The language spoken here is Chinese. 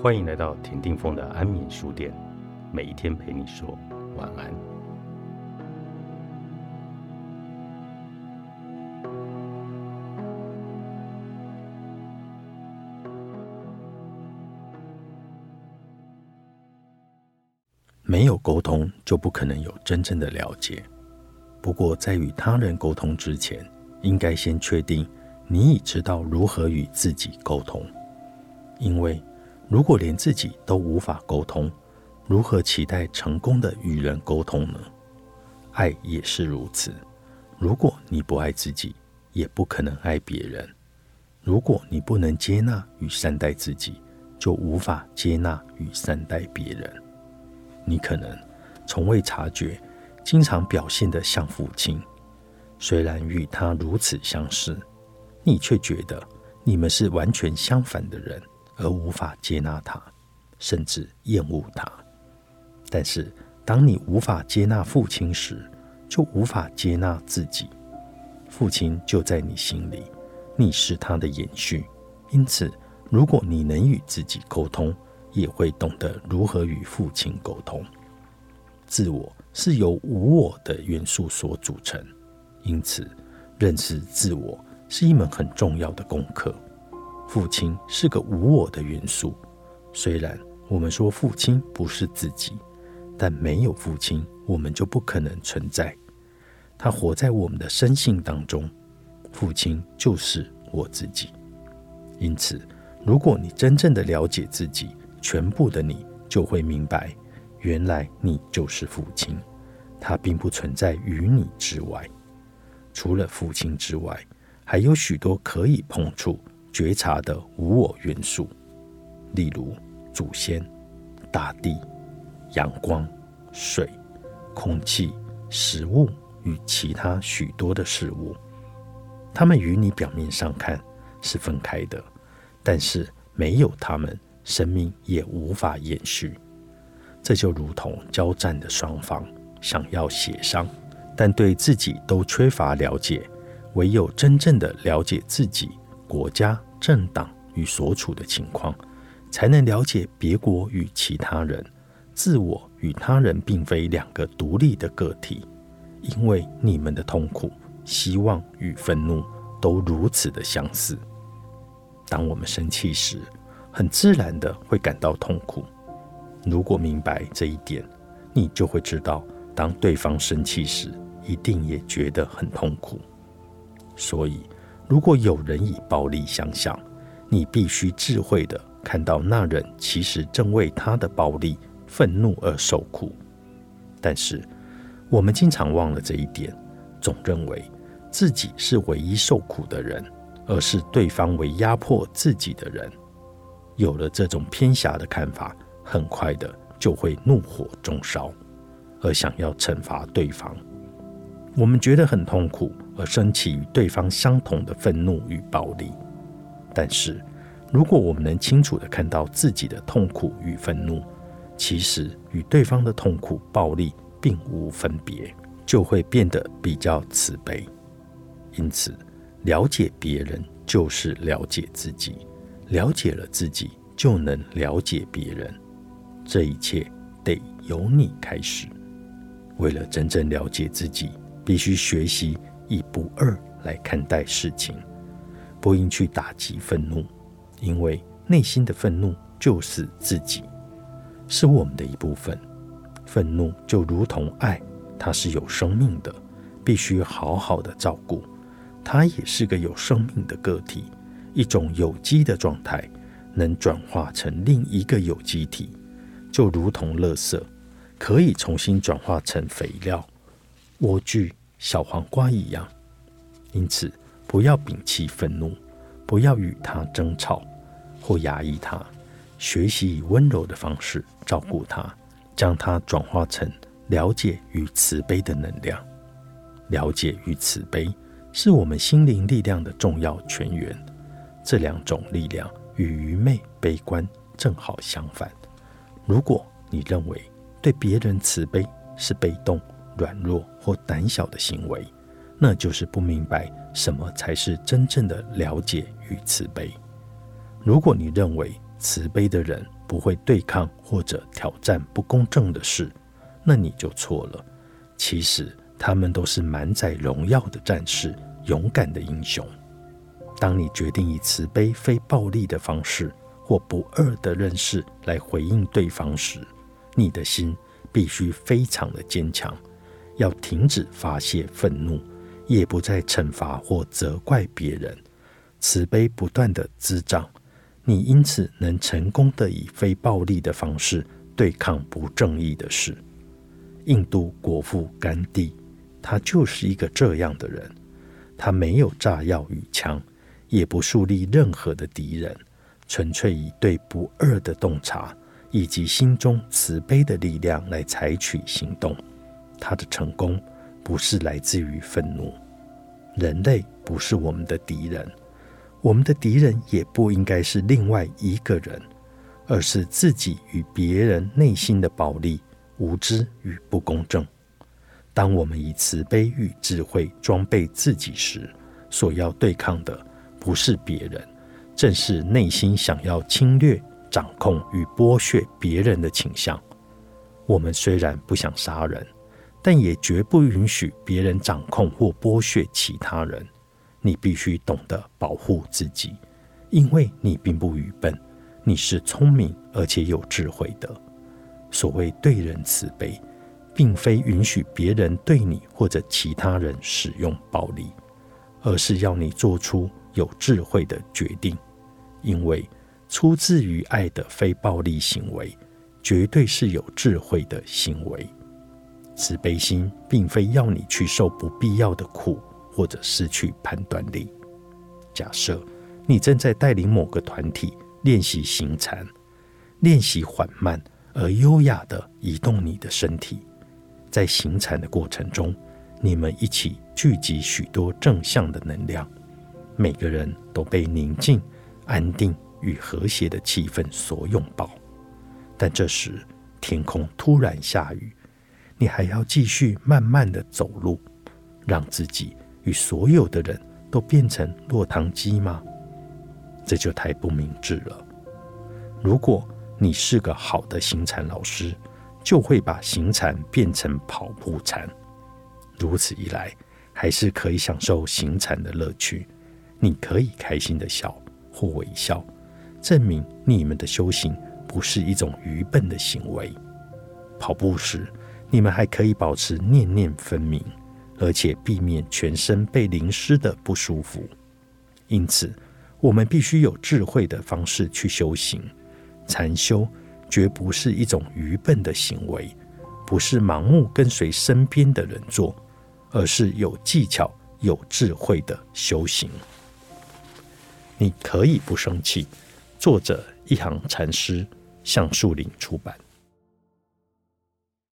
欢迎来到田定峰的安眠书店，每一天陪你说晚安。没有沟通，就不可能有真正的了解。不过，在与他人沟通之前，应该先确定你已知道如何与自己沟通。因为如果连自己都无法沟通，如何期待成功的与人沟通呢？爱也是如此。如果你不爱自己，也不可能爱别人。如果你不能接纳与善待自己，就无法接纳与善待别人。你可能从未察觉，经常表现得像父亲，虽然与他如此相似，你却觉得你们是完全相反的人，而无法接纳他，甚至厌恶他。但是当你无法接纳父亲时，就无法接纳自己。父亲就在你心里，你是他的延续。因此如果你能与自己沟通，也会懂得如何与父亲沟通。自我是由无我的元素所组成，因此认识自我是一门很重要的功课。父亲是个无我的元素，虽然我们说父亲不是自己，但没有父亲，我们就不可能存在。他活在我们的生性当中，父亲就是我自己。因此如果你真正的了解自己，全部的你就会明白，原来你就是父亲，他并不存在于你之外。除了父亲之外，还有许多可以碰触、觉察的无我元素，例如祖先、大地、阳光、水、空气、食物与其他许多的事物。它们与你表面上看是分开的，但是没有它们，生命也无法延续。这就如同交战的双方想要协商，但对自己都缺乏了解，唯有真正的了解自己、国家、政党与所处的情况，才能了解别国与其他人。自我与他人并非两个独立的个体，因为你们的痛苦、希望与愤怒都如此的相似。当我们生气时，很自然的会感到痛苦。如果明白这一点，你就会知道，当对方生气时，一定也觉得很痛苦。所以，如果有人以暴力相向，你必须智慧的看到那人其实正为他的暴力、愤怒而受苦。但是，我们经常忘了这一点，总认为自己是唯一受苦的人，而是对方为压迫自己的人。有了这种偏狭的看法，很快的就会怒火中烧，而想要惩罚对方。我们觉得很痛苦，而生起与对方相同的愤怒与暴力。但是如果我们能清楚地看到自己的痛苦与愤怒，其实与对方的痛苦暴力并无分别，就会变得比较慈悲。因此了解别人就是了解自己，了解了自己就能了解别人。这一切得由你开始。为了真正了解自己，必须学习以不二来看待事情，不应去打击愤怒，因为内心的愤怒就是自己，是我们的一部分。愤怒就如同爱，它是有生命的，必须好好的照顾。它也是个有生命的个体，一种有机的状态，能转化成另一个有机体，就如同垃圾可以重新转化成肥料、莴苣、小黄瓜一样。因此不要摒弃愤怒，不要与它争吵或压抑它，学习以温柔的方式照顾它，将它转化成了解与慈悲的能量。了解与慈悲是我们心灵力量的重要泉源，这两种力量与愚昧、悲观正好相反。如果你认为对别人慈悲是被动、软弱或胆小的行为，那就是不明白什么才是真正的了解与慈悲。如果你认为慈悲的人不会对抗或者挑战不公正的事，那你就错了。其实他们都是满载荣耀的战士，勇敢的英雄。当你决定以慈悲非暴力的方式或不二的认识来回应对方时，你的心必须非常的坚强，要停止发泄愤怒，也不再惩罚或责怪别人，慈悲不断的滋长，你因此能成功的以非暴力的方式对抗不正义的事。印度国父甘地，他就是一个这样的人。他没有炸药与枪，也不树立任何的敌人，纯粹以对不二的洞察以及心中慈悲的力量来采取行动。他的成功不是来自于愤怒。人类不是我们的敌人，我们的敌人也不应该是另外一个人，而是自己与别人内心的暴力、无知与不公正。当我们以慈悲与智慧装备自己时，所要对抗的不是别人，正是内心想要侵略、掌控与剥削别人的倾向。我们虽然不想杀人，但也绝不允许别人掌控或剥削其他人。你必须懂得保护自己，因为你并不愚笨，你是聪明而且有智慧的。所谓对人慈悲，并非允许别人对你或者其他人使用暴力，而是要你做出有智慧的决定，因为出自于爱的非暴力行为，绝对是有智慧的行为。慈悲心并非要你去受不必要的苦，或者失去判断力。假设你正在带领某个团体练习行禅，练习缓慢而优雅地移动你的身体。在行禅的过程中，你们一起聚集许多正向的能量，每个人都被宁静、安定与和谐的气氛所拥抱。但这时天空突然下雨，你还要继续慢慢地走路，让自己与所有的人都变成落汤鸡吗？这就太不明智了。如果你是个好的行禅老师，就会把行禅变成跑步禅。如此一来，还是可以享受行禅的乐趣。你可以开心的笑或微笑，证明你们的修行不是一种愚笨的行为。跑步时，你们还可以保持念念分明，而且避免全身被淋湿的不舒服。因此，我们必须有智慧的方式去修行。禅修绝不是一种愚笨的行为，不是盲目跟随身边的人做，而是有技巧、有智慧的修行。你可以不生气。作者一行禅师，橡树林出版。